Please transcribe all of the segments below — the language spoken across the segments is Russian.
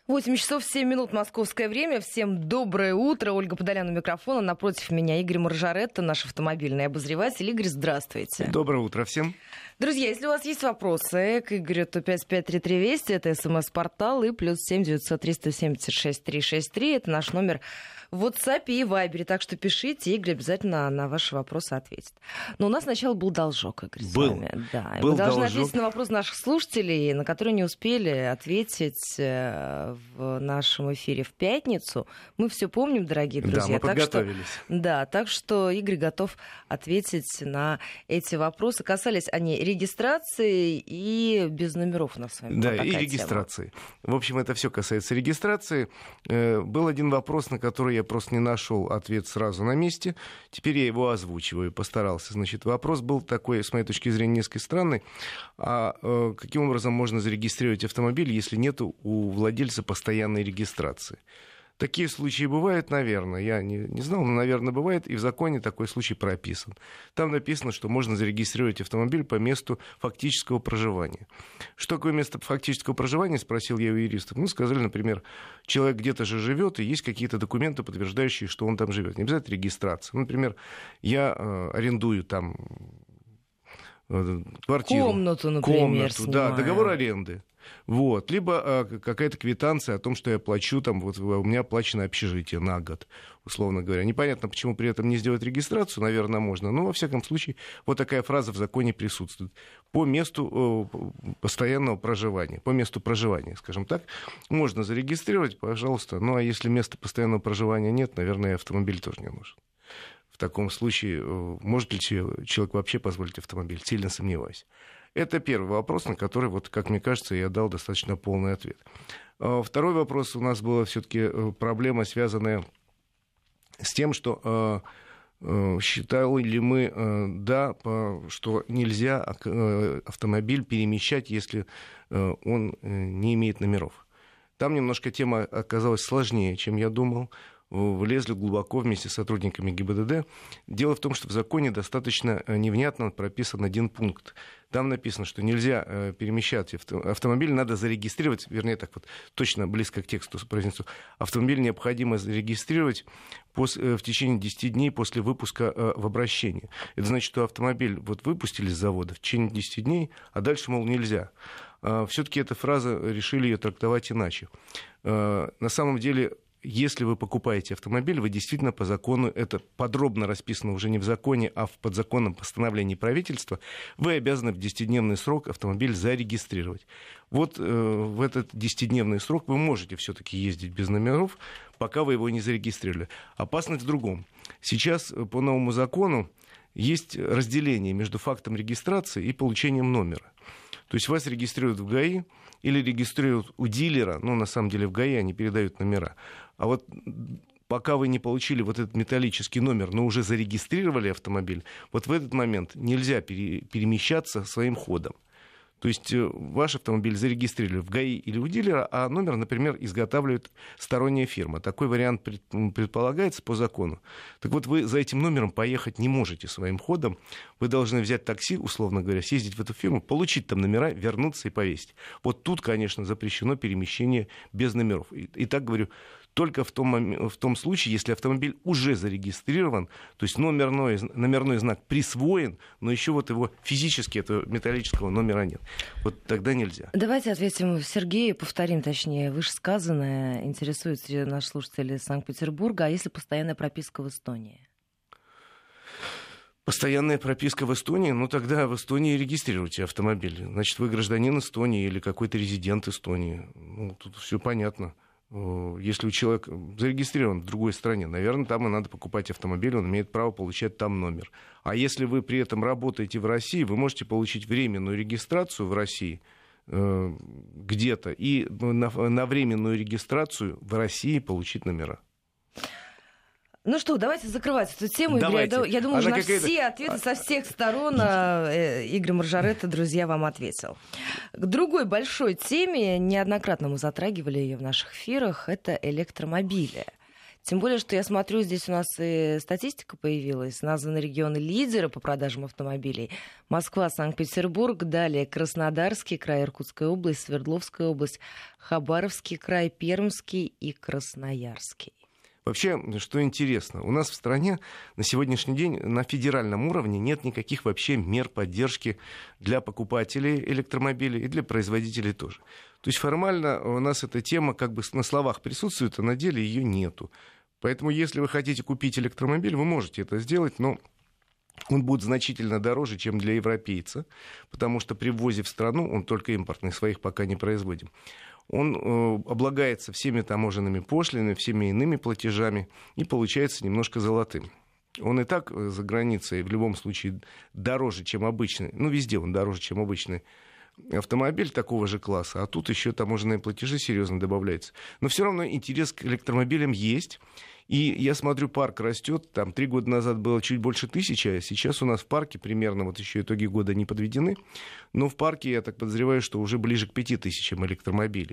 8 часов 7 минут московское время. Всем доброе утро. Ольга Подолян у микрофона. Напротив меня Игорь Маржаретта, наш автомобильный обозреватель. Игорь, здравствуйте. Доброе утро всем. Друзья, если у вас есть вопросы к Игорю, то 553320, это смс-портал, и +7 900 376 363, это наш номер в WhatsApp и Viber. Так что пишите, Игорь обязательно на ваши вопросы ответит. Но у нас сначала был должок, Игорь, с вами. Да, был мы должны должок. ответить на вопрос наших слушателей, на которые не успели ответить в нашем эфире в пятницу. Мы все помним, дорогие друзья. Да, мы подготовились. Так что Игорь готов ответить на эти вопросы. Касались они регистрации и без номеров у нас с вами. Да, и регистрации. В общем, это все касается регистрации. Был один вопрос, на который я просто не нашел ответ сразу на месте. Теперь я его озвучиваю, постарался. Значит, вопрос был такой, с моей точки зрения, несколько странный. Каким образом можно зарегистрировать автомобиль, если нет у владельца постоянной регистрации? Такие случаи бывают, наверное. Я не знал, но, наверное, бывает. И в законе такой случай прописан. Там написано, что можно зарегистрировать автомобиль по месту фактического проживания. Что такое место фактического проживания, спросил я у юристов. Ну, сказали, например, человек где-то же живет, и есть какие-то документы, подтверждающие, что он там живет. Не обязательно регистрация. Например, я арендую там квартиру. Комнату, например, да, договор аренды. Вот. Либо какая-то квитанция о том, что я плачу, там, вот у меня оплачено общежитие на год, условно говоря. Непонятно, почему при этом не сделать регистрацию, наверное, можно. Но, во всяком случае, вот такая фраза в законе присутствует. По месту постоянного проживания, по месту проживания, скажем так, можно зарегистрировать, пожалуйста. Ну, а если места постоянного проживания нет, наверное, автомобиль тоже не нужен. В таком случае, может ли человек вообще позволить автомобиль? Сильно сомневаюсь. Это первый вопрос, на который, вот, как мне кажется, я дал достаточно полный ответ. Второй вопрос у нас была все-таки проблема, связанная с тем, что считали ли мы, что нельзя автомобиль перемещать, если он не имеет номеров. Там немножко тема оказалась сложнее, чем я думал. Влезли глубоко вместе с сотрудниками ГИБДД. Дело в том, что в законе достаточно невнятно прописан один пункт. Там написано, что нельзя перемещать автомобиль, надо зарегистрировать, вернее, так вот точно близко к тексту произнесу. Автомобиль необходимо зарегистрировать в течение 10 дней после выпуска в обращение. Это значит, что автомобиль вот выпустили с завода в течение 10 дней, а дальше, мол, нельзя. Все-таки эта фраза решили ее трактовать иначе. На самом деле, если вы покупаете автомобиль, вы действительно по закону, это подробно расписано уже не в законе, а в подзаконном постановлении правительства, вы обязаны в 10-дневный срок автомобиль зарегистрировать. Вот в этот 10-дневный срок вы можете все-таки ездить без номеров, пока вы его не зарегистрировали. Опасность в другом. Сейчас по новому закону есть разделение между фактом регистрации и получением номера. То есть вас регистрируют в ГАИ или регистрируют у дилера, ну, на самом деле в ГАИ они передают номера. А вот пока вы не получили вот этот металлический номер, но уже зарегистрировали автомобиль, вот в этот момент нельзя перемещаться своим ходом. То есть ваш автомобиль зарегистрировали в ГАИ или у дилера, а номер, например, изготавливает сторонняя фирма. Такой вариант предполагается по закону. Так вот, вы за этим номером поехать не можете своим ходом. Вы должны взять такси, условно говоря, съездить в эту фирму, получить там номера, вернуться и повесить. Вот тут, конечно, запрещено перемещение без номеров. И так говорю, только в том случае, если автомобиль уже зарегистрирован, то есть номерной знак присвоен, но еще вот его физически, этого металлического номера нет. Вот тогда нельзя. Давайте ответим Сергею, повторим, точнее, вышесказанное. Интересует наш слушатель из Санкт-Петербурга. А если постоянная прописка в Эстонии? Постоянная прописка в Эстонии, ну тогда в Эстонии регистрируйте автомобиль. Значит, вы гражданин Эстонии или какой-то резидент Эстонии. Ну, тут все понятно. Если у человека зарегистрирован в другой стране, наверное, там и надо покупать автомобиль, он имеет право получать там номер. А если вы при этом работаете в России, вы можете получить временную регистрацию в России где-то и на временную регистрацию в России получить номера. Ну что, давайте закрывать эту тему. Игорь, я думаю, уже на все ответы со всех сторон Игорь Маржаретта, друзья, вам ответил. К другой большой теме, неоднократно мы затрагивали ее в наших эфирах, это электромобили. Тем более, что я смотрю, здесь у нас и статистика появилась. Названы регионы-лидеры по продажам автомобилей. Москва, Санкт-Петербург, далее Краснодарский край, Иркутская область, Свердловская область, Хабаровский край, Пермский и Красноярский. Вообще, что интересно, у нас в стране на сегодняшний день на федеральном уровне нет никаких вообще мер поддержки для покупателей электромобилей и для производителей тоже. То есть формально у нас эта тема как бы на словах присутствует, а на деле ее нету. Поэтому если вы хотите купить электромобиль, вы можете это сделать, но он будет значительно дороже, чем для европейца, потому что при ввозе в страну, он только импортный, своих пока не производим, он облагается всеми таможенными пошлинами, всеми иными платежами и получается немножко золотым. Он и так за границей в любом случае дороже, чем обычный, ну везде он дороже, чем обычный автомобиль такого же класса, а тут еще таможенные платежи серьезно добавляются. Но все равно интерес к электромобилям есть. И я смотрю, парк растет. Там 3 года назад было чуть больше 1000, а сейчас у нас в парке примерно, вот еще итоги года не подведены, но в парке, я так подозреваю, что уже ближе к 5000 электромобилей.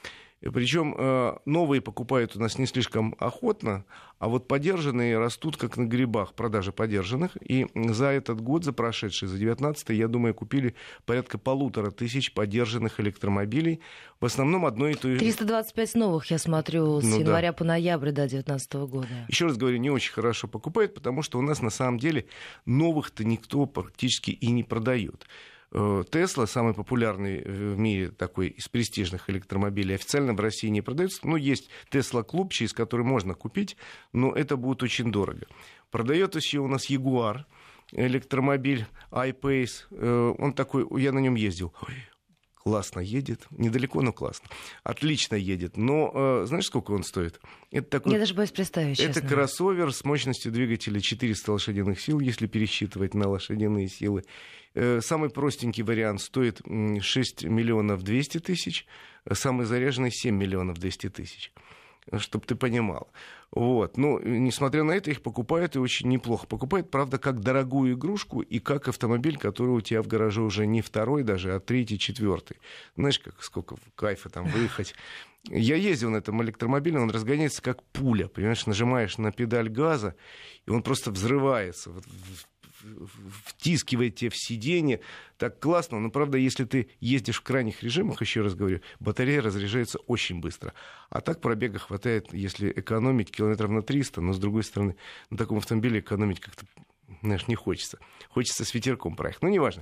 Причем новые покупают у нас не слишком охотно, а вот подержанные растут как на грибах, продажи подержанных. И за этот год, за прошедший, за 19-й, я думаю, купили порядка 1500 подержанных электромобилей. В основном одно и то же. 325 новых, я смотрю, с января по ноябрь до 2019 года. Еще раз говорю, не очень хорошо покупают, потому что у нас на самом деле новых-то никто практически и не продает. Тесла, самый популярный в мире такой из престижных электромобилей, официально в России не продается. Ну, есть Тесла-клуб, через который можно купить, но это будет очень дорого. Продает еще у нас Jaguar, электромобиль I-Pace. Он такой, я на нем ездил. Классно едет. Недалеко, но классно. Отлично едет. Но знаешь, сколько он стоит? Это такой, я даже боюсь представить, честно. Это кроссовер с мощностью двигателя 400 лошадиных сил, если пересчитывать на лошадиные силы. Самый простенький вариант стоит 6 миллионов 200 тысяч, самый заряженный 7 миллионов 200 тысяч. Чтобы ты понимал. Вот. Ну, несмотря на это, их покупают и очень неплохо. Покупают, правда, как дорогую игрушку и как автомобиль, который у тебя в гараже уже не второй даже, а третий, четвертый. Знаешь, сколько кайфа там выехать. Я ездил на этом электромобиле, он разгоняется как пуля. Понимаешь, нажимаешь на педаль газа, и он просто взрывается. Втискивает тебя в сиденье. Так классно. Но, правда, если ты ездишь в крайних режимах, еще раз говорю, батарея разряжается очень быстро. А так пробега хватает, если экономить, километров на 300. Но, с другой стороны, на таком автомобиле экономить как-то, знаешь, не хочется. Хочется с ветерком проехать. Ну, неважно.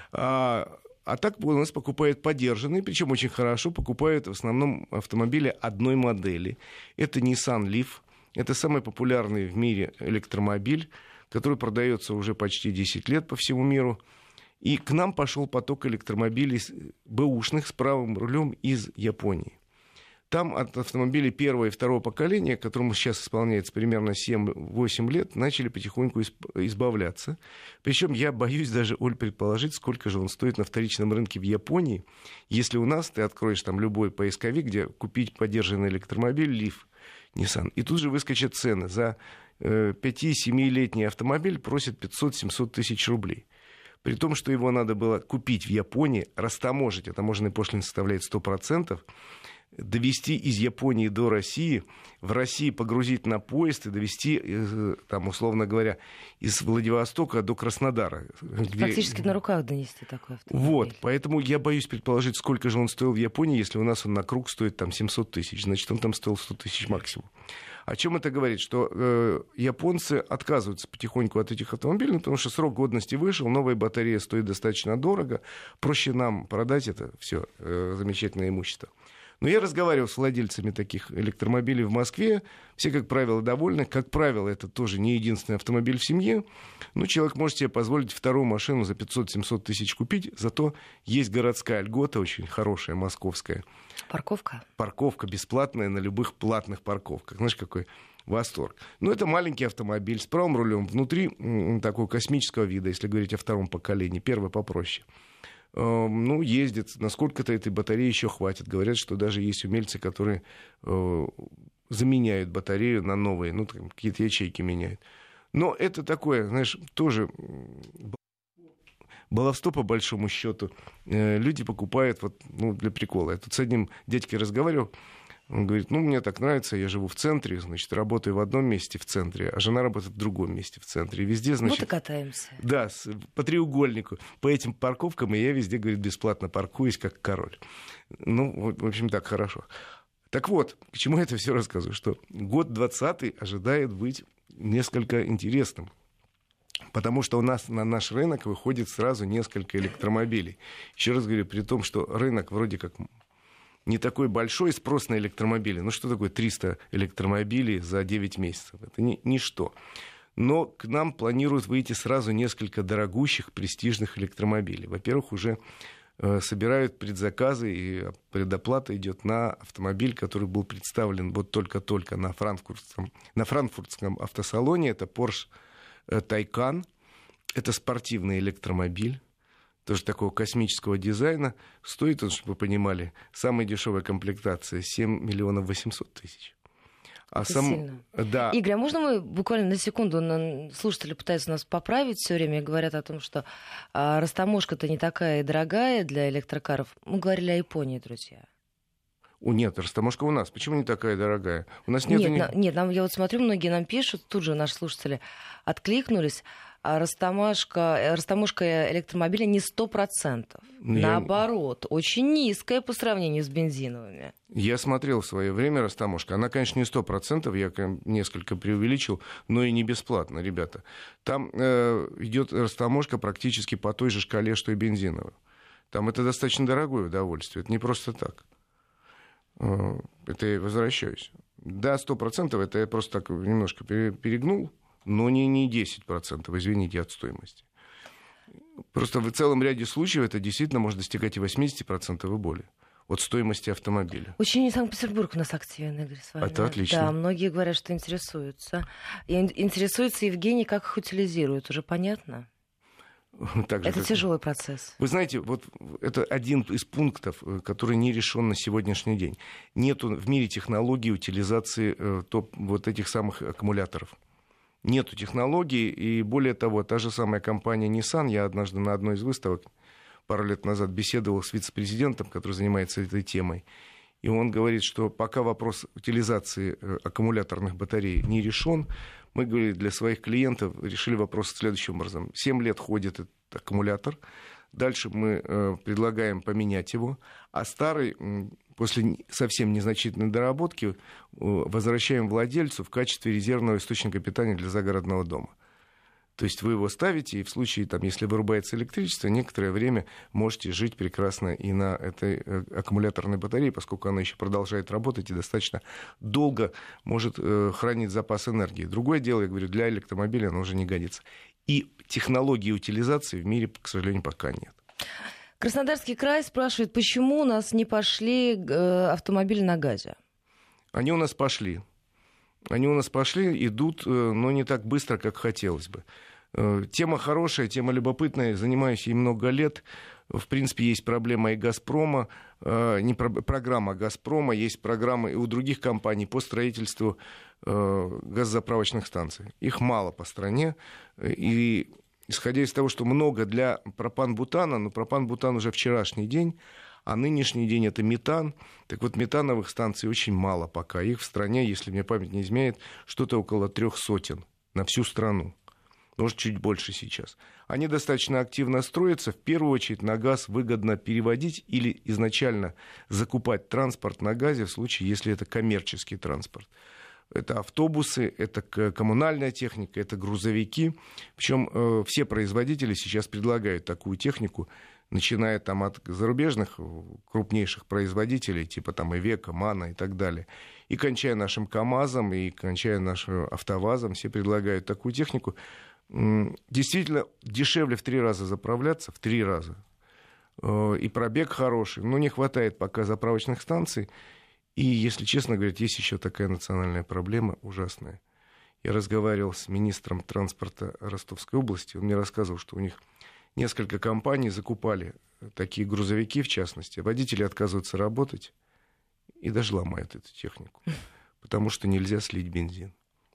А так у нас покупают подержанные, причем очень хорошо. Покупают в основном автомобили одной модели. Это Nissan Leaf. Это самый популярный в мире электромобиль, который продается уже почти 10 лет по всему миру. И к нам пошел поток электромобилей бэушных с правым рулем из Японии. Там от автомобилей первого и второго поколения, которому сейчас исполняется примерно 7-8 лет, начали потихоньку избавляться. Причем я боюсь даже, Оль, предположить, сколько же он стоит на вторичном рынке в Японии, если у нас ты откроешь там любой поисковик, где купить подержанный электромобиль Leaf, Nissan, и тут же выскочат цены. За 5-7-летний автомобиль просит 500-700 тысяч рублей. При том, что его надо было купить в Японии, растаможить, а таможенная пошлина составляет 100%, довести из Японии до России, в России погрузить на поезд и довести, там, условно говоря, из Владивостока до Краснодара. Практически на руках донести такой автомобиль. Вот, поэтому я боюсь предположить, сколько же он стоил в Японии, если у нас он на круг стоит там 700 тысяч, значит, он там стоил 100 тысяч максимум. О чем это говорит? Что японцы отказываются потихоньку от этих автомобилей, потому что срок годности вышел, новая батарея стоит достаточно дорого, проще нам продать это все замечательное имущество. Но я разговаривал с владельцами таких электромобилей в Москве. Все, как правило, довольны. Как правило, это тоже не единственный автомобиль в семье. Но человек может себе позволить вторую машину за 500-700 тысяч купить. Зато есть городская льгота, очень хорошая, московская. Парковка? Парковка бесплатная на любых платных парковках. Знаешь, какой восторг. Но это маленький автомобиль с правым рулем. Внутри такого космического вида, если говорить о втором поколении. Первый попроще. Ну, ездит. Насколько-то этой батареи еще хватит. Говорят, что даже есть умельцы, которые заменяют батарею на новые. Ну, там, какие-то ячейки меняют. Но это такое, знаешь, тоже баловство по большому счету. Люди покупают вот, ну, для прикола. Я тут с одним дядькой разговаривал. Он говорит, мне так нравится, я живу в центре, значит, работаю в одном месте в центре, а жена работает в другом месте в центре. И везде, значит... Вот и катаемся. Да, по треугольнику, по этим парковкам, и я везде, говорит, бесплатно паркуюсь, как король. В общем, так, хорошо. Так вот, к чему я это все рассказываю? Что год 2020 ожидает быть несколько интересным. Потому что у нас на наш рынок выходит сразу несколько электромобилей. Еще раз говорю, при том, что рынок вроде как... не такой большой спрос на электромобили. Что такое 300 электромобилей за 9 месяцев? Это ничто. Но к нам планируют выйти сразу несколько дорогущих, престижных электромобилей. Во-первых, уже собирают предзаказы, и предоплата идет на автомобиль, который был представлен вот только-только на франкфуртском автосалоне. Это Porsche Taycan. Это спортивный электромобиль. Тоже такого космического дизайна. Стоит он, чтобы вы понимали, самая дешевая комплектация 7 миллионов 800 тысяч. Сильно. Да. Игорь, а можно мы буквально на секунду, слушатели пытаются нас поправить все время и говорят о том, что растаможка-то не такая дорогая для электрокаров. Мы говорили о Японии, друзья. Нет, растаможка у нас. Почему не такая дорогая? У нас нет... Нет, я вот смотрю, многие нам пишут, тут же наши слушатели откликнулись. Растаможка электромобиля не 100%. Наоборот, очень низкая по сравнению с бензиновыми. Я смотрел в свое время растаможка. Она, конечно, не 100%, я несколько преувеличил, но и не бесплатно, ребята. Там идет растаможка практически по той же шкале, что и бензиновая. Там это достаточно дорогое удовольствие, это не просто так. Это я возвращаюсь. Да, 100% это я просто так немножко перегнул. Но не 10%, извините, от стоимости. Просто в целом ряде случаев это действительно может достигать и 80% и более от стоимости автомобиля. Очень Санкт-Петербург у нас активен, Игорь, с вами. Это отлично. Да, многие говорят, что интересуются. И интересуется Евгений, как их утилизируют. Уже понятно? Это тяжелый процесс. Вы знаете, вот это один из пунктов, который не решен на сегодняшний день. Нету в мире технологии утилизации вот этих самых аккумуляторов. Нету технологий, и более того, та же самая компания Nissan, я однажды на одной из выставок пару лет назад беседовал с вице-президентом, который занимается этой темой, и он говорит, что пока вопрос утилизации аккумуляторных батарей не решен, мы, говорит, для своих клиентов решили вопрос следующим образом. 7 лет ходит этот аккумулятор, дальше мы предлагаем поменять его, а старый... После совсем незначительной доработки возвращаем владельцу в качестве резервного источника питания для загородного дома. То есть вы его ставите, и в случае, если вырубается электричество, некоторое время можете жить прекрасно и на этой аккумуляторной батарее, поскольку она еще продолжает работать и достаточно долго может хранить запас энергии. Другое дело, я говорю, для электромобиля она уже не годится. И технологии утилизации в мире, к сожалению, пока нет. Краснодарский край спрашивает, почему у нас не пошли автомобили на газе? Они у нас пошли. Идут, но не так быстро, как хотелось бы. Тема хорошая, тема любопытная, занимаюсь ей много лет. В принципе, есть проблема и «Газпрома», программа «Газпрома», есть программы и у других компаний по строительству газозаправочных станций. Их мало по стране, и... Исходя из того, что много для пропан-бутана, но пропан-бутан уже вчерашний день, а нынешний день это метан. Так вот, метановых станций очень мало пока. Их в стране, если мне память не изменяет, что-то около 300 на всю страну. Может, чуть больше сейчас. Они достаточно активно строятся. В первую очередь на газ выгодно переводить или изначально закупать транспорт на газе в случае, если это коммерческий транспорт. Это автобусы, это коммунальная техника, это грузовики. Причем все производители сейчас предлагают такую технику, начиная от зарубежных крупнейших производителей, типа Ивеко, Мана и так далее, и кончая нашим КАМАЗом, и кончая нашим АвтоВАЗом, все предлагают такую технику. Действительно, дешевле в 3 раза заправляться, в 3 раза. И пробег хороший, но не хватает пока заправочных станций. И, если честно говорить, есть еще такая национальная проблема ужасная. Я разговаривал с министром транспорта Ростовской области. Он мне рассказывал, что у них несколько компаний закупали такие грузовики, в частности. Водители отказываются работать и даже ломают эту технику, потому что нельзя слить бензин.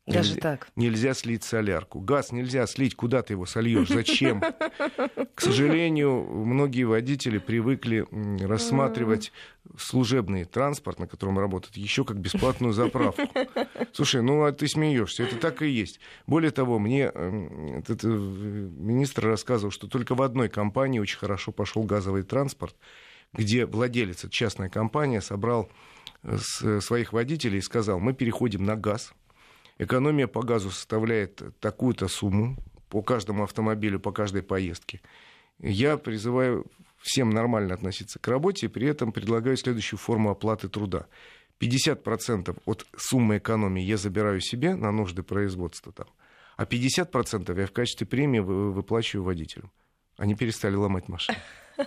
Даже так? Нельзя слить солярку. Газ нельзя слить, куда ты его сольешь, зачем? К сожалению, многие водители привыкли рассматривать служебный транспорт, на котором работают, еще как бесплатную заправку. Слушай, а ты смеешься, это так и есть. Более того, мне этот министр рассказывал, что только в одной компании очень хорошо пошел газовый транспорт, где владелец, частная компания, собрал своих водителей и сказал: мы переходим на газ. Экономия по газу составляет такую-то сумму по каждому автомобилю, по каждой поездке. Я призываю всем нормально относиться к работе и при этом предлагаю следующую форму оплаты труда. 50% от суммы экономии я забираю себе на нужды производства, а 50% я в качестве премии выплачиваю водителям. Они перестали ломать машины.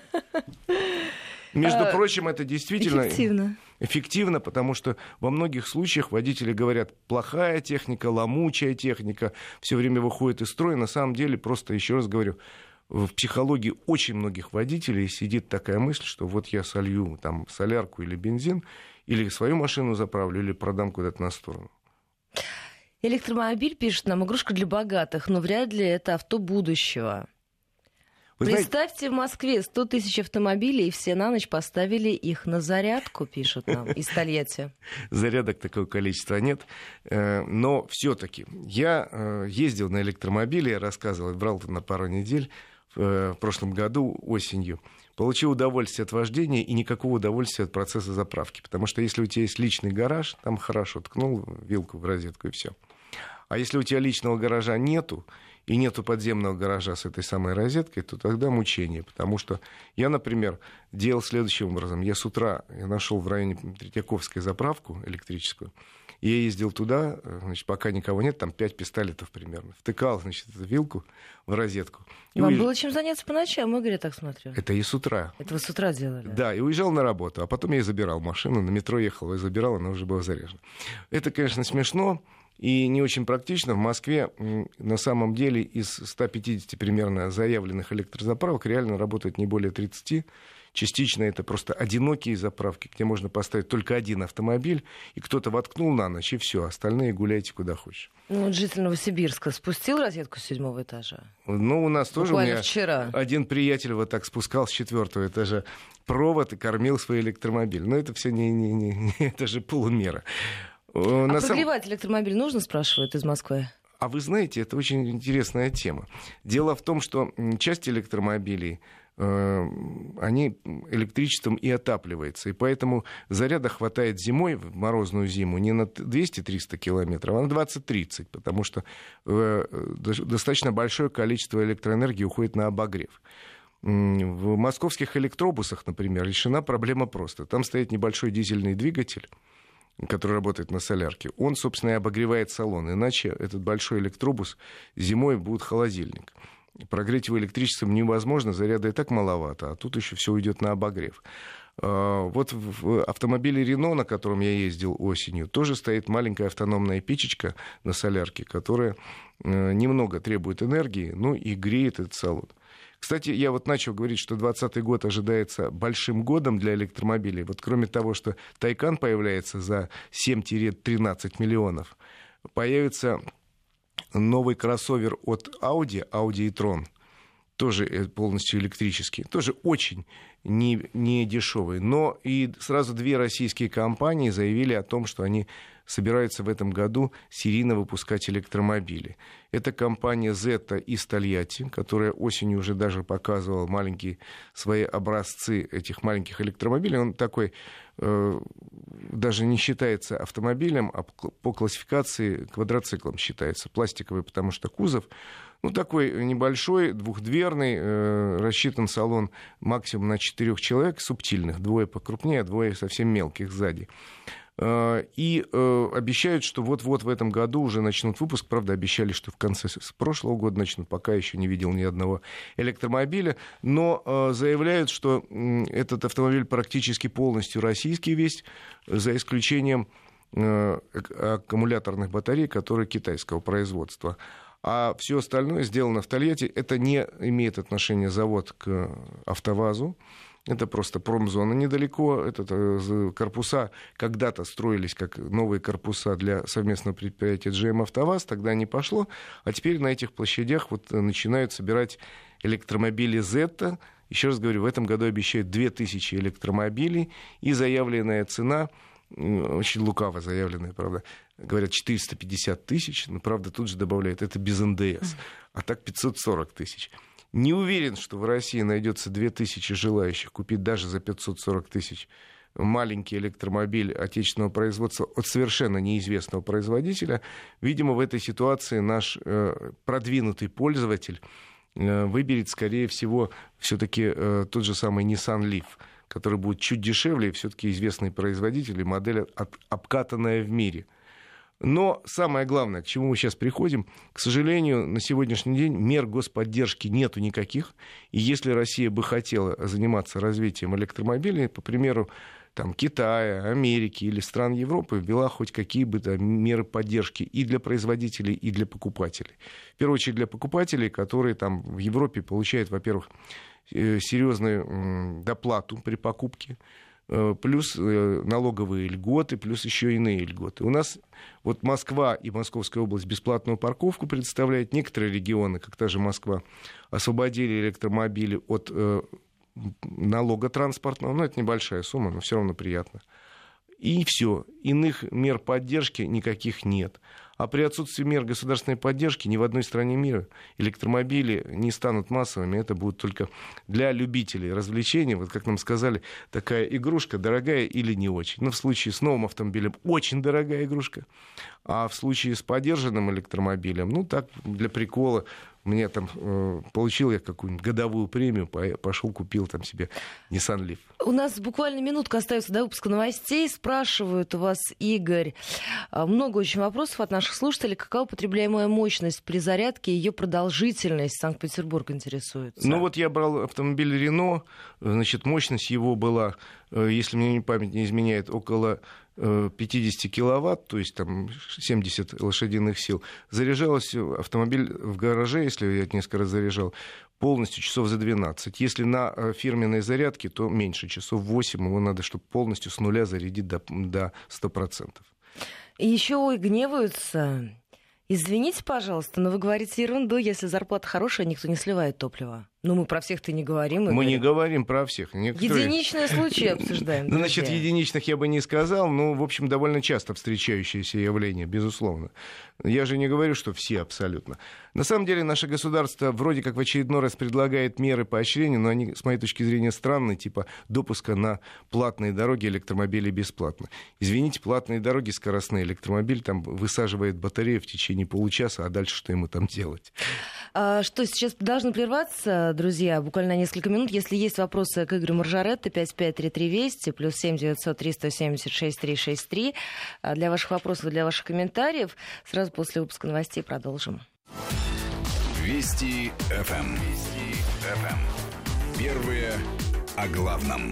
Между прочим, это действительно эффективно, потому что во многих случаях водители говорят: плохая техника, ломучая техника, все время выходит из строя. На самом деле, просто еще раз говорю, в психологии очень многих водителей сидит такая мысль, что вот я солью там солярку или бензин, или свою машину заправлю, или продам куда-то на сторону. Электромобиль, пишет нам, игрушка для богатых, но вряд ли это авто будущего. Представьте, в Москве 100 тысяч автомобилей, и все на ночь поставили их на зарядку, пишут нам из Тольятти. Зарядок такого количества нет, но все-таки я ездил на электромобиле, я рассказывал, брал на пару недель в прошлом году осенью. Получил удовольствие от вождения и никакого удовольствия от процесса заправки, потому что если у тебя есть личный гараж, там хорошо, ткнул вилку в розетку и все. А если у тебя личного гаража нету, и нету подземного гаража с этой самой розеткой, то тогда мучение. Потому что я, например, делал следующим образом. Я с утра нашел в районе Третьяковской заправку электрическую, и я ездил туда, значит, пока никого нет, там 5 пистолетов примерно. Втыкал, значит, эту вилку в розетку. Вам было чем заняться по ночам, Игорь, я так смотрю. Это и с утра. Это вы с утра делали? Да, и уезжал на работу. А потом я забирал машину, на метро ехал, и забирал, она уже была заряжена. Это, конечно, смешно. И не очень практично. В Москве на самом деле из 150 примерно заявленных электрозаправок реально работает не более 30. Частично это просто одинокие заправки, где можно поставить только один автомобиль, и кто-то воткнул на ночь, и все, остальные гуляйте куда хочешь. Вот житель Новосибирска спустил розетку с 7-го этажа? Ну, у нас тоже буквально вчера. Один приятель вот так спускал с 4-го этажа провод и кормил свой электромобиль. Но это все это же полумера. Прогревать электромобиль нужно, спрашивают из Москвы? А вы знаете, это очень интересная тема. Дело в том, что часть электромобилей, они электричеством и отапливаются. И поэтому заряда хватает зимой, в морозную зиму, не на 200-300 километров, а на 20-30, потому что достаточно большое количество электроэнергии уходит на обогрев. В московских электробусах, например, решена проблема просто. Там стоит небольшой дизельный двигатель, который работает на солярке, он, собственно, и обогревает салон. Иначе этот большой электробус зимой будет холодильник. Прогреть его электричеством невозможно, заряда и так маловато, а тут еще все уйдет на обогрев. Вот в автомобиле Renault, на котором я ездил осенью, тоже стоит маленькая автономная печечка на солярке, которая немного требует энергии, ну и греет этот салон. Кстати, я вот начал говорить, что 2020 год ожидается большим годом для электромобилей. Вот кроме того, что Тайкан появляется за 7-13 миллионов, появится новый кроссовер от Audi e-tron, тоже полностью электрический, тоже очень не дешевый. Но и сразу 2 российские компании заявили о том, что они собираются в этом году серийно выпускать электромобили. Это компания Zeta из Тольятти, которая осенью уже даже показывала маленькие свои образцы этих маленьких электромобилей. Он такой даже не считается автомобилем, а по классификации квадроциклом считается. Пластиковый, потому что кузов такой небольшой, двухдверный, рассчитан салон максимум на 4 человек субтильных, 2 покрупнее, а 2 совсем мелких сзади. И обещают, что вот-вот в этом году уже начнут выпуск. Правда, обещали, что в конце прошлого года начнут. Пока еще не видел ни одного электромобиля. Но заявляют, что этот автомобиль практически полностью российский весь, за исключением аккумуляторных батарей, которые китайского производства. А все остальное сделано в Тольятти. Это не имеет отношения завод к АвтоВАЗу. Это просто промзона недалеко. Это корпуса когда-то строились как новые корпуса для совместного предприятия GM «АвтоВАЗ». Тогда не пошло. А теперь на этих площадях вот начинают собирать электромобили «Зетта». Еще раз говорю, в этом году обещают 2000 электромобилей. И заявленная цена, очень лукаво заявленная, правда, говорят 450 тысяч. Но, правда, тут же добавляют, это без НДС. А так 540 тысяч. Не уверен, что в России найдется 2000 желающих купить даже за 540 тысяч маленький электромобиль отечественного производства от совершенно неизвестного производителя. Видимо, в этой ситуации наш продвинутый пользователь выберет, скорее всего, все-таки тот же самый Nissan Leaf, который будет чуть дешевле, и все-таки известный производитель и модель, обкатанная в мире. Но самое главное, к чему мы сейчас приходим, к сожалению, на сегодняшний день мер господдержки нету никаких. И если Россия бы хотела заниматься развитием электромобилей, по примеру, там, Китая, Америки или стран Европы, ввела хоть какие бы меры поддержки и для производителей, и для покупателей. В первую очередь для покупателей, которые там в Европе получают, во-первых, серьезную доплату при покупке, плюс налоговые льготы, плюс еще иные льготы. У нас вот Москва и Московская область бесплатную парковку предоставляют. Некоторые регионы, как та же Москва, освободили электромобили от налога транспортного. Ну, это небольшая сумма, но все равно приятно. И все. Иных мер поддержки никаких нет. А при отсутствии мер государственной поддержки ни в одной стране мира электромобили не станут массовыми. Это будет только для любителей развлечений. Вот как нам сказали, такая игрушка дорогая или не очень. Но в случае с новым автомобилем очень дорогая игрушка. А в случае с подержанным электромобилем, ну так, для прикола, мне там получил я какую-нибудь годовую премию, пошел купил там себе Nissan Leaf. У нас буквально минутка остается до выпуска новостей. Спрашивают у вас, Игорь, много очень вопросов от наших слушателей. Какова потребляемая мощность при зарядке и ее продолжительность? Санкт-Петербург интересуется. Ну вот я брал автомобиль Renault, значит, мощность его была, если мне память не изменяет, около 50 киловатт, то есть там 70 лошадиных сил. Заряжалась автомобиль в гараже, если я несколько раз заряжал, полностью часов за 12. Если на фирменной зарядке, то меньше, часов 8. Его надо, чтобы полностью с нуля зарядить до 100%. И еще гневаются. Извините, пожалуйста, но вы говорите ерунду, если зарплата хорошая, никто не сливает топливо. Ну, мы про всех-то не говорим. Мы не говорим про всех. Некоторые... Единичные случаи обсуждаем. Да, насчет единичных я бы не сказал, но, в общем, довольно часто встречающееся явление, безусловно. Я же не говорю, что все абсолютно. На самом деле, наше государство вроде как в очередной раз предлагает меры поощрения, но они, с моей точки зрения, странные, типа допуска на платные дороги электромобилей бесплатно. Извините, платные дороги, скоростные, электромобиль там высаживает батарею в течение получаса, а дальше что ему там делать? Что, сейчас должны прерваться, друзья, буквально несколько минут. Если есть вопросы к Игорю Маржаретто, 553320, плюс 7-900-370-6363. Для ваших вопросов, для ваших комментариев. Сразу после выпуска новостей продолжим. Вести ФМ. Первые о главном.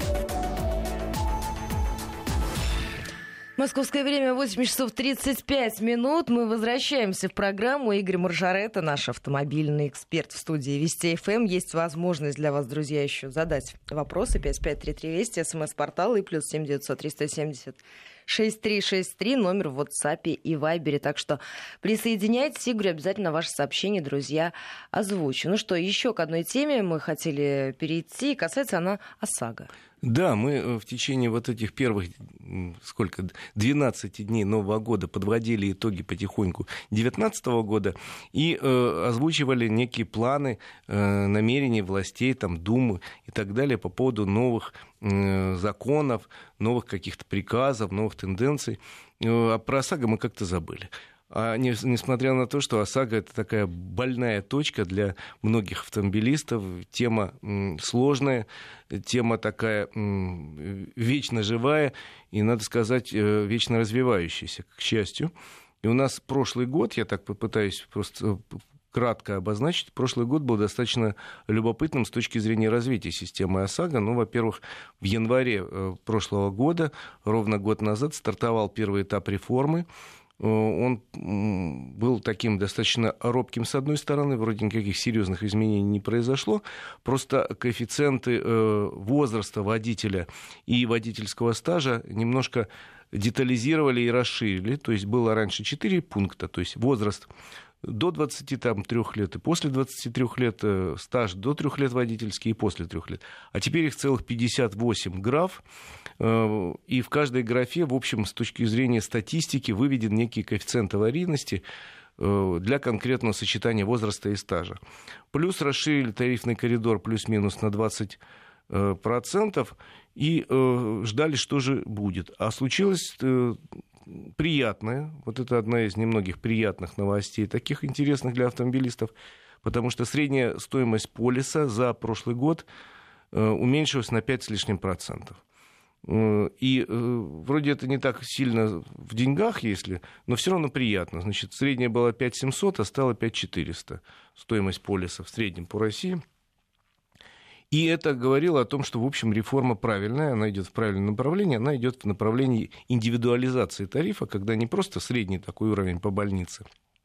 Московское время 8 часов 35 минут. Мы возвращаемся в программу. Игорь Маржаретто, наш автомобильный эксперт в студии Вести ФМ. Есть возможность для вас, друзья, еще задать вопросы. 553320, СМС-портал и плюс 7-900-370-6363, номер в WhatsApp и Viber. Так что присоединяйтесь. Игорь, обязательно ваше сообщение, друзья, озвучу. Ну что, еще к одной теме мы хотели перейти. Касается она ОСАГО. Да, мы в течение вот этих первых, 12 дней Нового года подводили итоги потихоньку 2019 года и озвучивали некие планы, намерения властей, там, Думы и так далее по поводу новых законов, новых каких-то приказов, новых тенденций. А про ОСАГО мы как-то забыли. А несмотря на то, что ОСАГО — это такая больная точка для многих автомобилистов, тема сложная, тема такая вечно живая и, надо сказать, вечно развивающаяся, к счастью. И у нас прошлый год, я так попытаюсь просто кратко обозначить, прошлый год был достаточно любопытным с точки зрения развития системы ОСАГО. Ну, во-первых, в январе прошлого года, ровно год назад, стартовал первый этап реформы. Он был таким достаточно робким, с одной стороны, вроде никаких серьезных изменений не произошло, просто коэффициенты возраста водителя и водительского стажа немножко детализировали и расширили, то есть было раньше 4 пункта, то есть возраст до 23 лет и после 23 лет, стаж до 3 лет водительский и после 3 лет. А теперь их целых 58 граф, и в каждой графе, в общем, с точки зрения статистики, выведен некий коэффициент аварийности для конкретного сочетания возраста и стажа. Плюс расширили тарифный коридор плюс-минус на 20%, и ждали, что же будет. А случилось приятное, вот это одна из немногих приятных новостей, таких интересных для автомобилистов, потому что средняя стоимость полиса за прошлый год уменьшилась на 5 с лишним процентов. И вроде это не так сильно в деньгах, если, но все равно приятно. Значит, средняя была 5700, а стала 5400 стоимость полиса в среднем по России. И это говорило о том, что, в общем, реформа правильная, она идет в правильном направлении, она идет в направлении индивидуализации тарифа, когда не просто средний такой уровень по больнице,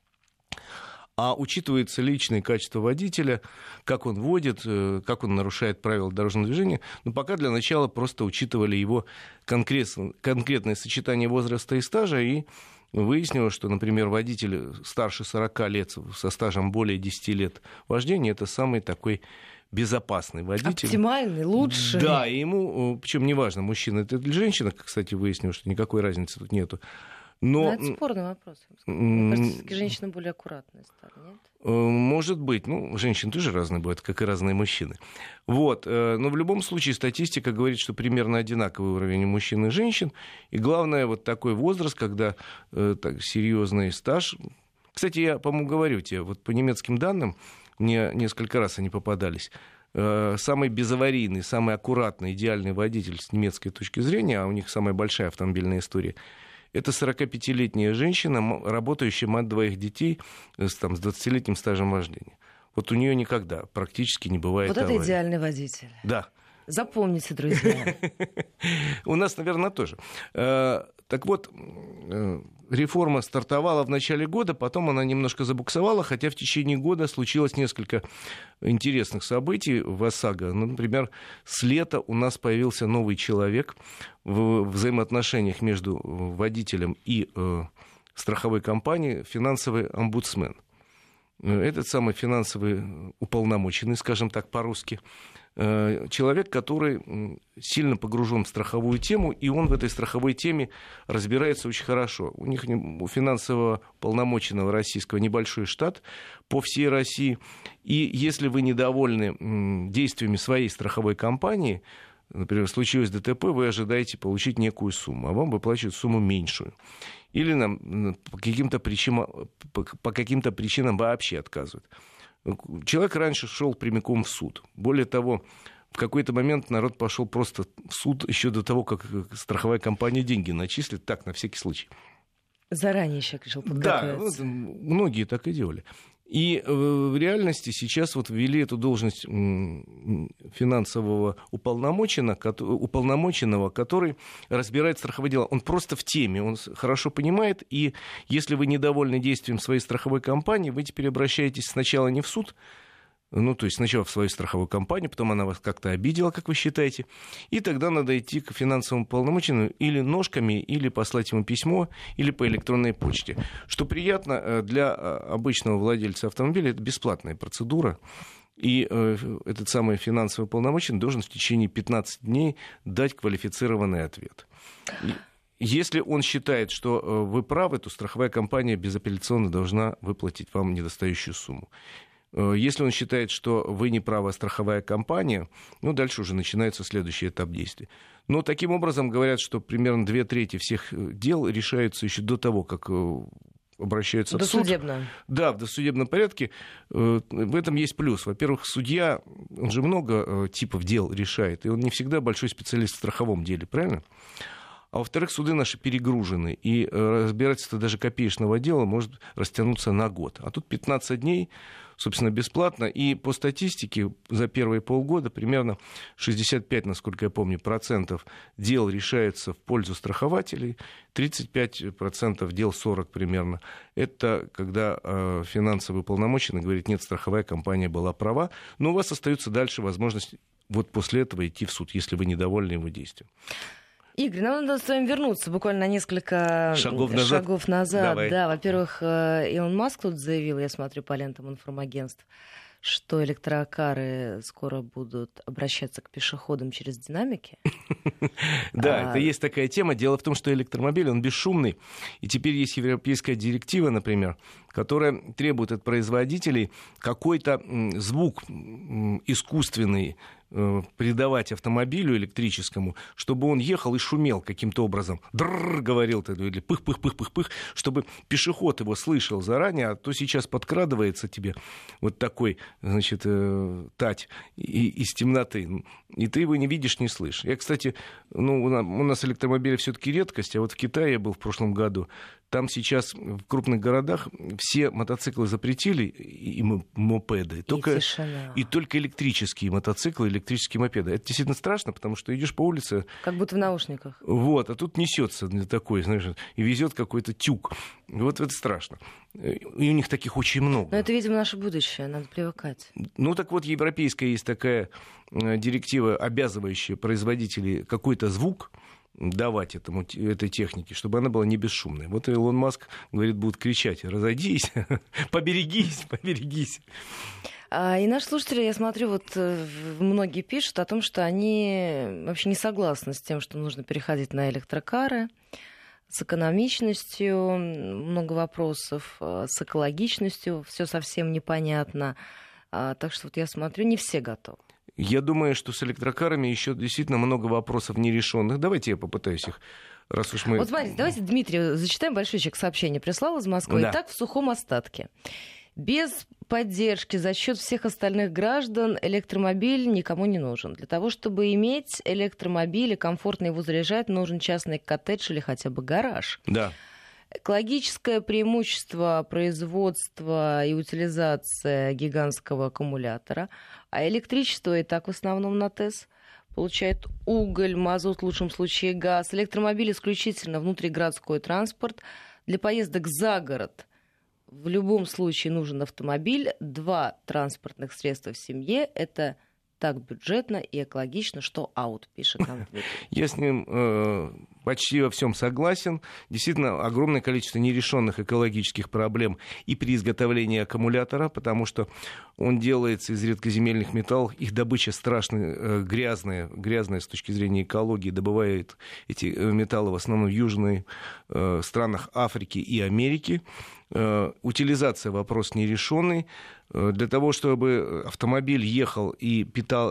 а учитывается личные качества водителя, как он водит, как он нарушает правила дорожного движения. Но пока для начала просто учитывали его конкретное сочетание возраста и стажа, и выяснилось, что, например, водитель старше 40 лет со стажем более 10 лет вождения – это самый такой безопасный водитель. Оптимальный, лучший. Да, и ему, причем неважно, мужчина это или женщина, кстати, выяснилось, что никакой разницы тут нету. Но это спорный вопрос. Мне кажется, все-таки женщины более аккуратные стали, нет? Может быть. Ну, женщины тоже разные бывают, как и разные мужчины. Вот. Но в любом случае статистика говорит, что примерно одинаковый уровень у мужчин и женщин. И главное, вот такой возраст, когда так, серьезный стаж. Кстати, я, по-моему, говорю тебе, вот по немецким данным, мне несколько раз они попадались. Самый безаварийный, самый аккуратный, идеальный водитель с немецкой точки зрения, а у них самая большая автомобильная история, это 45-летняя женщина, работающая мать двоих детей с 20-летним стажем вождения. Вот у нее никогда практически не бывает аварий. Вот это идеальный водитель. Да. Запомните, друзья. У нас, наверное, тоже. Так вот, реформа стартовала в начале года, потом она немножко забуксовала, хотя в течение года случилось несколько интересных событий в ОСАГО. Например, с лета у нас появился новый человек в взаимоотношениях между водителем и страховой компанией, финансовый омбудсмен. Этот самый финансовый уполномоченный, скажем так по-русски, человек, который сильно погружен в страховую тему, и он в этой страховой теме разбирается очень хорошо. У них, у финансового уполномоченного российского, небольшой штат по всей России, и если вы недовольны действиями своей страховой компании, например, случилось ДТП, вы ожидаете получить некую сумму, а вам выплачивают сумму меньшую. Или нам по каким-то причинам вообще отказывают. Человек раньше шел прямиком в суд. Более того, в какой-то момент народ пошел просто в суд еще до того, как страховая компания деньги начислит, так, на всякий случай. Заранее человек решил подготовиться. Да, многие так и делали. И в реальности сейчас вот ввели эту должность финансового уполномоченного, который разбирает страховые дела. Он просто в теме, он хорошо понимает, и если вы недовольны действием своей страховой компании, вы теперь обращаетесь сначала не в суд, то есть сначала в свою страховую компанию, потом она вас как-то обидела, как вы считаете, и тогда надо идти к финансовому уполномоченному или ножками, или послать ему письмо, или по электронной почте. Что приятно для обычного владельца автомобиля, это бесплатная процедура, и этот самый финансовый уполномоченный должен в течение 15 дней дать квалифицированный ответ. Если он считает, что вы правы, то страховая компания безапелляционно должна выплатить вам недостающую сумму. Если он считает, что вы не правы, а страховая компания, дальше уже начинается следующий этап действий. Но таким образом говорят, что примерно 2/3 всех дел решаются еще до того, как обращаются в суд. Досудебно. Да, в досудебном порядке. В этом есть плюс. Во-первых, судья, он же много типов дел решает, и он не всегда большой специалист в страховом деле, правильно? А во-вторых, суды наши перегружены, и разбирательство даже копеечного дела может растянуться на год. А тут 15 дней, собственно, бесплатно. И по статистике за первые полгода примерно 65, насколько я помню, процентов дел решается в пользу страхователей, 35% дел, 40 примерно. Это когда финансовый уполномоченный говорит, нет, страховая компания была права, но у вас остается дальше возможность вот после этого идти в суд, если вы недовольны его действием. Игорь, нам надо с вами вернуться буквально на несколько шагов назад. Давай. Да, во-первых, Илон Маск тут заявил, я смотрю по лентам информагентств, что электрокары скоро будут обращаться к пешеходам через динамики. Да, это есть такая тема. Дело в том, что электромобиль, он бесшумный. И теперь есть европейская директива, например, которая требует от производителей какой-то звук искусственный придавать автомобилю электрическому, чтобы он ехал и шумел каким-то образом. Дрррр, говорил ты, или пых-пых-пых-пых-пых, чтобы пешеход его слышал заранее, а то сейчас подкрадывается тебе вот такой, значит, тать из темноты, и ты его не видишь, не слышишь. Я, кстати, у нас электромобили все-таки редкость, а вот в Китае я был в прошлом году, там сейчас в крупных городах все мотоциклы запретили, и мопеды, и только электрические мотоциклы, электрические мопеды. Это действительно страшно, потому что идешь по улице... Как будто в наушниках. Вот, а тут несется такой, знаешь, и везет какой-то тюк. Вот это страшно. И у них таких очень много. Но это, видимо, наше будущее, надо привыкать. Ну, так вот, европейская есть такая директива, обязывающая производителей какой-то звук давать этой технике, чтобы она была не бесшумной. Вот Илон Маск, говорит, будет кричать: разойдись, поберегись, поберегись. И наши слушатели, я смотрю, вот многие пишут о том, что они вообще не согласны с тем, что нужно переходить на электрокары, с экономичностью много вопросов, с экологичностью все совсем непонятно. Так что вот я смотрю, не все готовы. Я думаю, что с электрокарами еще действительно много вопросов нерешенных. Давайте я попытаюсь их, раз уж мы... Вот смотрите, давайте Дмитрию зачитаем большой человек сообщение. Прислал из Москвы. Да. Итак, в сухом остатке. Без поддержки за счет всех остальных граждан электромобиль никому не нужен. Для того, чтобы иметь электромобиль и комфортно его заряжать, нужен частный коттедж или хотя бы гараж. Да. Экологическое преимущество производства и утилизация гигантского аккумулятора, а электричество и так в основном на ТЭС получает уголь, мазут, в лучшем случае газ. Электромобиль исключительно внутригородской транспорт. Для поездок за город в любом случае нужен автомобиль. 2 транспортных средства в семье – это так бюджетно и экологично, что аут, пишет нам Дмитрий. Я с ним почти во всем согласен. Действительно, огромное количество нерешенных экологических проблем и при изготовлении аккумулятора, потому что он делается из редкоземельных металлов. Их добыча страшно грязная с точки зрения экологии. Добывают эти металлы в основном в южных странах Африки и Америки. Утилизация — вопрос нерешенный. Для того, чтобы автомобиль ехал и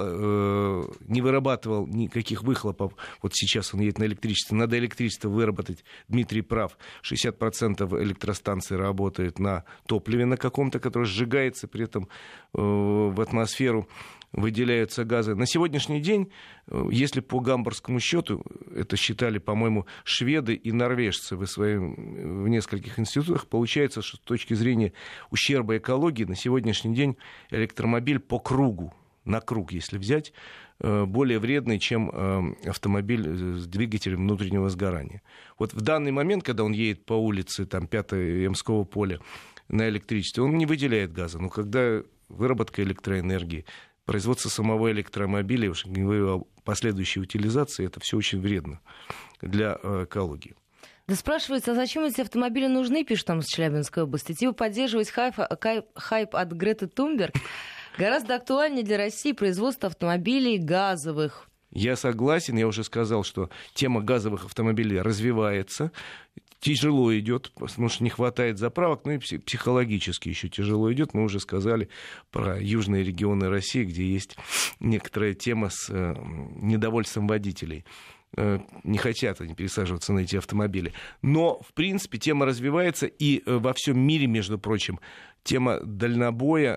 не вырабатывал никаких выхлопов, вот сейчас он едет на электричестве, надо электричество выработать, Дмитрий прав, 60% электростанций работают на топливе на каком-то, которое сжигается, при этом в атмосферу выделяются газы. На сегодняшний день, если по гамбургскому счету, это считали, по-моему, шведы и норвежцы в нескольких институтах, получается, что с точки зрения ущерба экологии на сегодняшний день электромобиль по кругу, на круг, если взять, более вредный, чем автомобиль с двигателем внутреннего сгорания. Вот в данный момент, когда он едет по улице 5-го Эмского поля на электричестве, он не выделяет газа. Но когда выработка электроэнергии, производство самого электромобиля, я уж не говорю о последующей утилизации, это все очень вредно для экологии. Да спрашивается, а зачем эти автомобили нужны, пишут там из Челябинской области. Типа поддерживать хайп от Греты Тунберг гораздо актуальнее для России производство автомобилей газовых. Я согласен, я уже сказал, что тема газовых автомобилей развивается. Тяжело идет, потому что не хватает заправок, ну и психологически еще тяжело идет. Мы уже сказали про южные регионы России, где есть некоторая тема с недовольством водителей. Не хотят они пересаживаться на эти автомобили. Но, в принципе, тема развивается, и во всем мире, между прочим, тема дальнобоя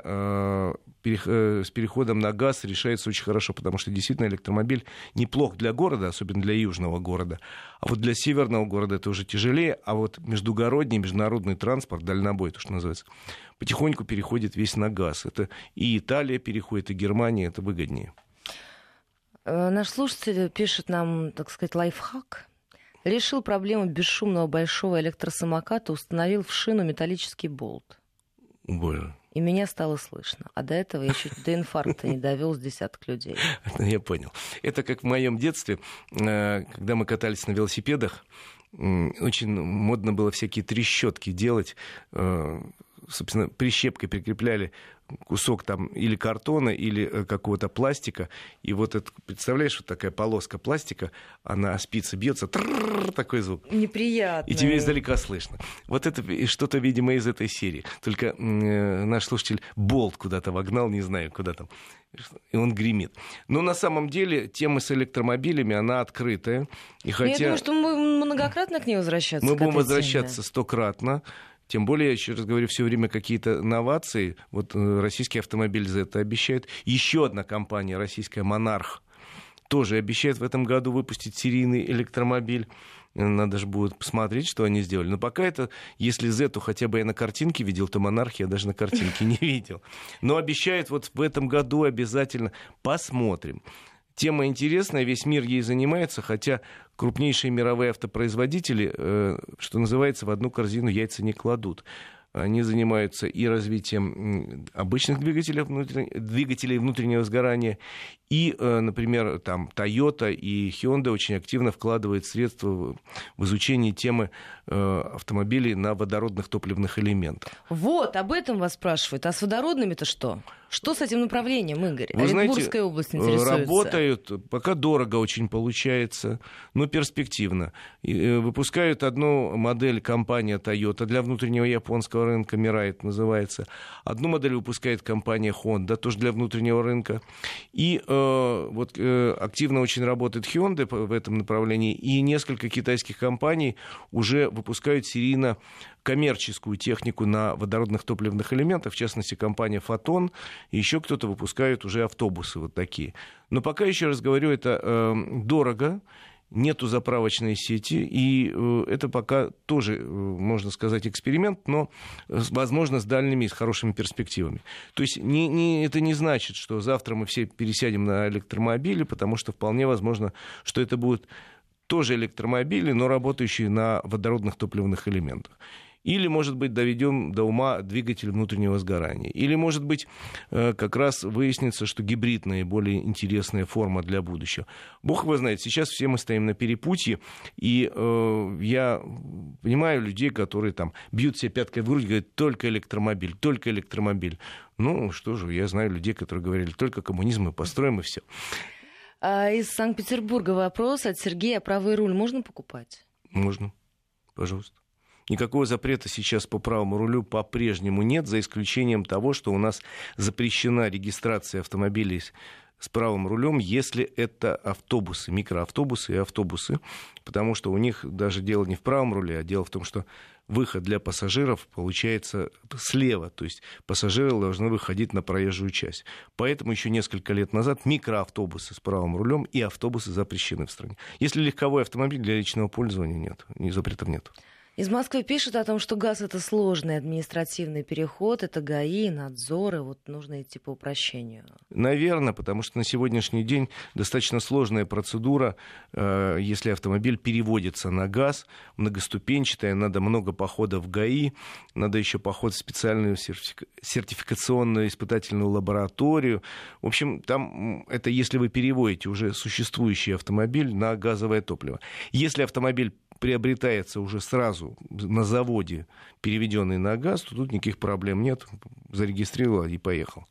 с переходом на газ решается очень хорошо, потому что действительно электромобиль неплох для города, особенно для южного города. А вот для северного города это уже тяжелее, а вот междугородний, международный транспорт, дальнобой, то, что называется, потихоньку переходит весь на газ. Это и Италия переходит, и Германия, это выгоднее. Наш слушатель пишет нам, так сказать, лайфхак. Решил проблему бесшумного большого электросамоката, установил в шину металлический болт. Боже. И меня стало слышно. А до этого я чуть до инфаркта не довел с десяток людей. Я понял. Это как в моем детстве, когда мы катались на велосипедах, очень модно было всякие трещотки делать. Собственно, прищепкой прикрепляли кусок там или картона, или какого-то пластика. И вот это, представляешь, вот такая полоска пластика, она о спицы бьется, такой звук. Неприятно. И тебе издалека слышно. Вот это что-то, видимо, из этой серии. Только наш слушатель болт куда-то вогнал, не знаю, куда там. И он гремит. Но на самом деле тема с электромобилями, она открытая. И хотя... Я думаю, что мы многократно к ней возвращаться. Мы будем возвращаться 100-кратно. Тем более, я еще раз говорю, все время какие-то новации. Вот российский автомобиль Z обещает. Еще одна компания, российская «Монарх», тоже обещает в этом году выпустить серийный электромобиль. Надо же будет посмотреть, что они сделали. Но пока это, если Z хотя бы я на картинке видел, то «Монарх» я даже на картинке не видел. Но обещают вот в этом году обязательно. Посмотрим. Тема интересная, весь мир ей занимается, хотя крупнейшие мировые автопроизводители, что называется, в одну корзину яйца не кладут. Они занимаются и развитием обычных двигателей внутреннего сгорания, и, например, там Toyota и Hyundai очень активно вкладывают средства в изучение темы автомобилей на водородных топливных элементах. Вот, об этом вас спрашивают. А с водородными-то что? Что с этим направлением, Игорь? Вы знаете, Оренбургская область интересуется. Работают, пока дорого очень получается, но перспективно. Выпускают одну модель компания Toyota для внутреннего японского рынка, Mirai называется. Одну модель выпускает компания Honda, тоже для внутреннего рынка. И вот активно очень работает Hyundai в этом направлении, и несколько китайских компаний уже выпускают серийно коммерческую технику на водородных топливных элементах, в частности, компания «Фотон», и еще кто-то выпускает уже автобусы вот такие. Но пока, еще раз говорю, это дорого, нету заправочной сети, и это пока тоже, можно сказать, эксперимент, но, возможно, с дальними и с хорошими перспективами. То есть это не значит, что завтра мы все пересядем на электромобили, потому что вполне возможно, что это будут тоже электромобили, но работающие на водородных топливных элементах. Или, может быть, доведем до ума двигатель внутреннего сгорания. Или, может быть, как раз выяснится, что гибрид наиболее интересная форма для будущего. Бог его знает, сейчас все мы стоим на перепутье, и я понимаю людей, которые там бьют себе пяткой в грудь, говорят, только электромобиль, только электромобиль. Ну, что же, я знаю людей, которые говорили, только коммунизм мы построим, и все. Из Санкт-Петербурга вопрос от Сергея. Правый руль можно покупать? Можно, пожалуйста. Никакого запрета сейчас по правому рулю по-прежнему нет, за исключением того, что у нас запрещена регистрация автомобилей с правым рулем, если это автобусы, микроавтобусы и автобусы, потому что у них даже дело не в правом руле, а дело в том, что выход для пассажиров получается слева, то есть пассажиры должны выходить на проезжую часть. Поэтому еще несколько лет назад микроавтобусы с правым рулем и автобусы запрещены в стране. Если легковой автомобиль для личного пользования, нет, запретов нет. Из Москвы пишут о том, что газ — это сложный административный переход, это ГАИ, надзоры, вот нужно идти по упрощению. Наверное, потому что на сегодняшний день достаточно сложная процедура, если автомобиль переводится на газ, многоступенчатая, надо много походов в ГАИ, надо еще поход в специальную сертификационную испытательную лабораторию. В общем, там это если вы переводите уже существующий автомобиль на газовое топливо. Если автомобиль приобретается уже сразу на заводе, переведенный на газ, то тут никаких проблем нет. Зарегистрировал и поехал.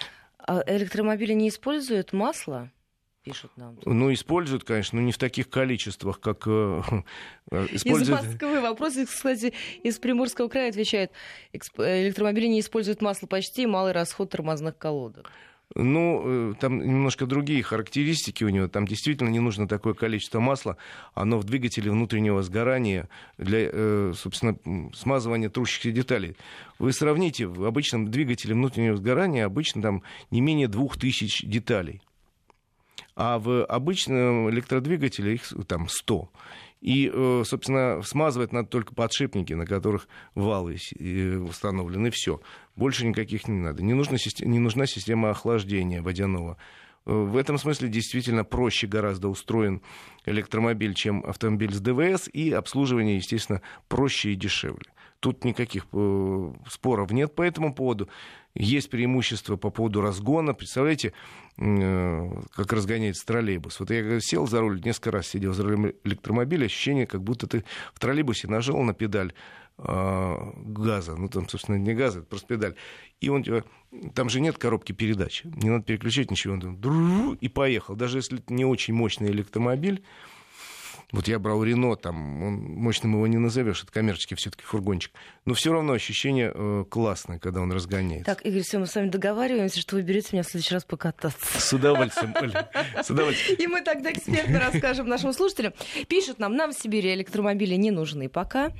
А электромобили не используют масло? Пишут нам. Ну, используют, конечно, но не в таких количествах, как используют... Из Москвы вопрос, кстати, из Приморского края отвечает, электромобили не используют масло почти, малый расход тормозных колодок. Ну, там немножко другие характеристики у него. Там действительно не нужно такое количество масла. Оно в двигателе внутреннего сгорания для, собственно, смазывания трущихся деталей. Вы сравните, в обычном двигателе внутреннего сгорания обычно там не менее 2000 деталей. А в обычном электродвигателе их там 100. И, собственно, смазывать надо только подшипники, на которых валы установлены, и все. Больше никаких не надо. Не нужна система охлаждения водяного. В этом смысле действительно проще гораздо устроен электромобиль, чем автомобиль с ДВС, и обслуживание, естественно, проще и дешевле. Тут никаких споров нет по этому поводу. Есть преимущество по поводу разгона. Представляете, как разгоняется троллейбус. Вот я сел за руль, несколько раз сидел за рулем электромобиля, ощущение, как будто ты в троллейбусе нажал на педаль газа. Ну, там, собственно, не газа, это просто педаль. И он там же нет коробки передач. Не надо переключать ничего. Он и поехал. Даже если это не очень мощный электромобиль. Вот я брал Рено, там мощным его не назовешь, это коммерческий все-таки фургончик. Но все равно ощущение классное, когда он разгоняется. Так, Игорь, все, мы с вами договариваемся, что вы берете меня в следующий раз покататься. С удовольствием, Оля. С удовольствием. И мы тогда экспертно расскажем нашим слушателям. Пишут нам в Сибири электромобили не нужны пока.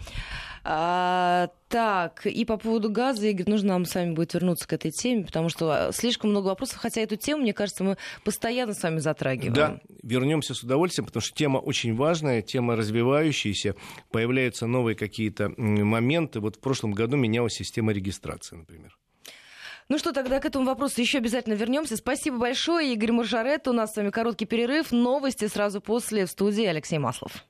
Так, и по поводу газа, Игорь, нужно нам с вами будет вернуться к этой теме, потому что слишком много вопросов, хотя эту тему, мне кажется, мы постоянно с вами затрагиваем. Да, вернемся с удовольствием, потому что тема очень важная, тема развивающаяся, появляются новые какие-то моменты. Вот в прошлом году менялась система регистрации, например. Ну что, тогда к этому вопросу еще обязательно вернемся. Спасибо большое, Игорь Маржарет. У нас с вами короткий перерыв. Новости сразу после. В студии Алексей Маслов.